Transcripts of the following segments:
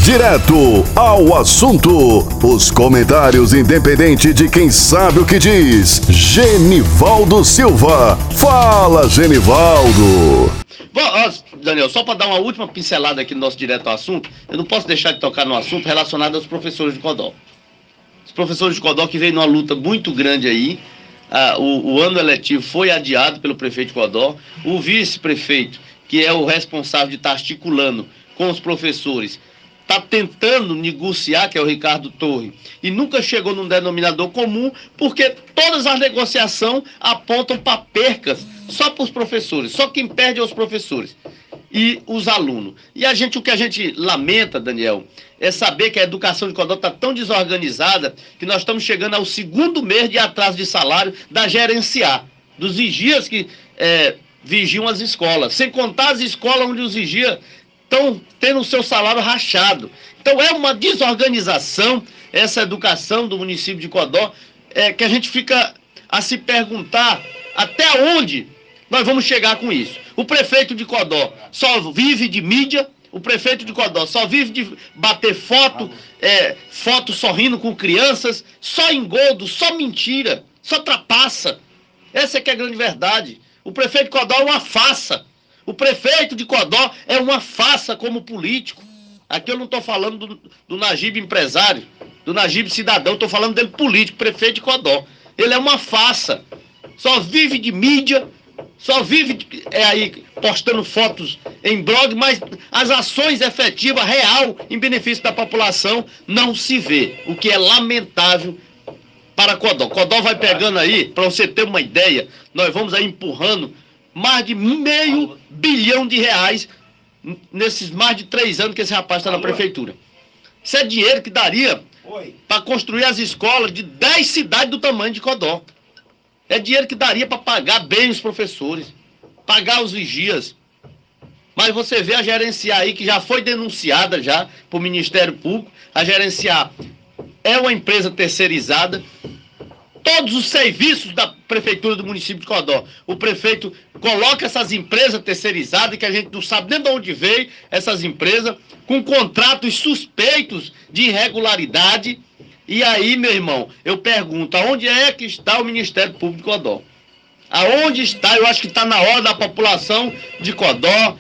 Direto ao assunto. Os comentários independentes de quem sabe o que diz. Genivaldo Silva. Fala, Genivaldo. Bom, Daniel, só para dar uma última pincelada aqui no nosso Direto ao Assunto, eu não posso deixar de tocar no assunto relacionado aos professores de Codó. Os professores de Codó que vêm numa luta muito grande aí. O ano eletivo foi adiado pelo prefeito de Codó. O vice-prefeito, que é o responsável de estar articulando com os professores, está tentando negociar, que é o Ricardo Torre, e nunca chegou num denominador comum, porque todas as negociações apontam para percas só para os professores. Só quem perde é os professores e os alunos. E o que a gente lamenta, Daniel, é saber que a educação de Codó está tão desorganizada que nós estamos chegando ao segundo mês de atraso de salário da gerenciar, dos vigias que vigiam as escolas, sem contar as escolas onde os vigias estão tendo o seu salário rachado. Então é uma desorganização essa educação do município de Codó, que a gente fica a se perguntar até onde nós vamos chegar com isso. O prefeito de Codó só vive de mídia, o prefeito de Codó só vive de bater foto, foto sorrindo com crianças, só engodo, só mentira, só trapaça. Essa é que é a grande verdade. O prefeito de Codó é uma farsa. O prefeito de Codó é uma farsa como político. Aqui eu não estou falando do Najib empresário, do Najib cidadão, estou falando dele político, prefeito de Codó. Ele é uma farsa. Só vive de mídia, só vive aí postando fotos em blog, mas as ações efetivas, real, em benefício da população, não se vê. O que é lamentável para Codó. Codó vai pegando aí, para você ter uma ideia, nós vamos aí empurrando mais de R$500 bilhão nesses mais de 3 anos que esse rapaz está na prefeitura. Isso é dinheiro que daria para construir as escolas de 10 cidades do tamanho de Codó. É dinheiro que daria para pagar bem os professores, pagar os vigias. Mas você vê a gerenciar aí, que já foi denunciada já para o Ministério Público. A gerenciar é uma empresa terceirizada. Todos os serviços da prefeitura do município de Codó, o prefeito coloca essas empresas terceirizadas, que a gente não sabe nem de onde veio essas empresas, com contratos suspeitos de irregularidade. E aí, meu irmão, eu pergunto, aonde é que está o Ministério Público de Codó? Aonde está? Eu acho que está na hora da população de Codó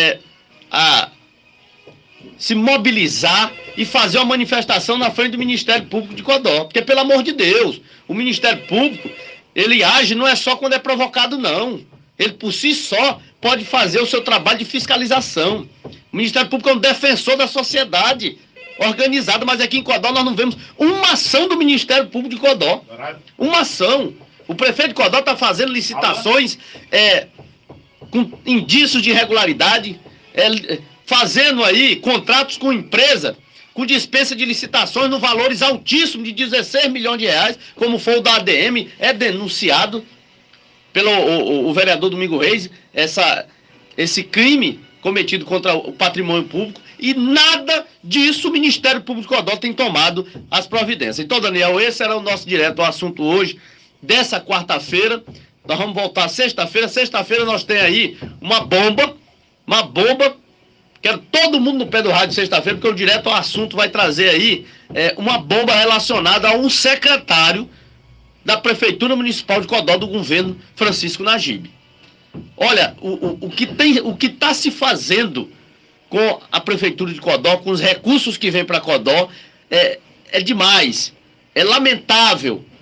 se mobilizar e fazer uma manifestação na frente do Ministério Público de Codó. Porque, pelo amor de Deus, o Ministério Público, ele age não é só quando é provocado, não. Ele, por si só, pode fazer o seu trabalho de fiscalização. O Ministério Público é um defensor da sociedade organizada, mas aqui em Codó nós não vemos uma ação do Ministério Público de Codó. Uma ação. O prefeito de Codó está fazendo licitações com indícios de irregularidade, fazendo aí contratos com empresa, com dispensa de licitações no valores altíssimos de R$16 milhões, como foi o da ADM, é denunciado pelo o vereador Domingo Reis, esse crime cometido contra o patrimônio público, e nada disso o Ministério Público de Codó tem tomado as providências. Então, Daniel, esse era o nosso Direto ao Assunto hoje, dessa quarta-feira. Nós vamos voltar sexta-feira. Sexta-feira nós temos aí uma bomba. Quero todo mundo no pé do rádio sexta-feira, porque o Direto ao Assunto vai trazer aí uma bomba relacionada a um secretário da Prefeitura Municipal de Codó, do governo Francisco Najib. Olha, o que está se fazendo com a Prefeitura de Codó, com os recursos que vêm para Codó, é demais, é lamentável.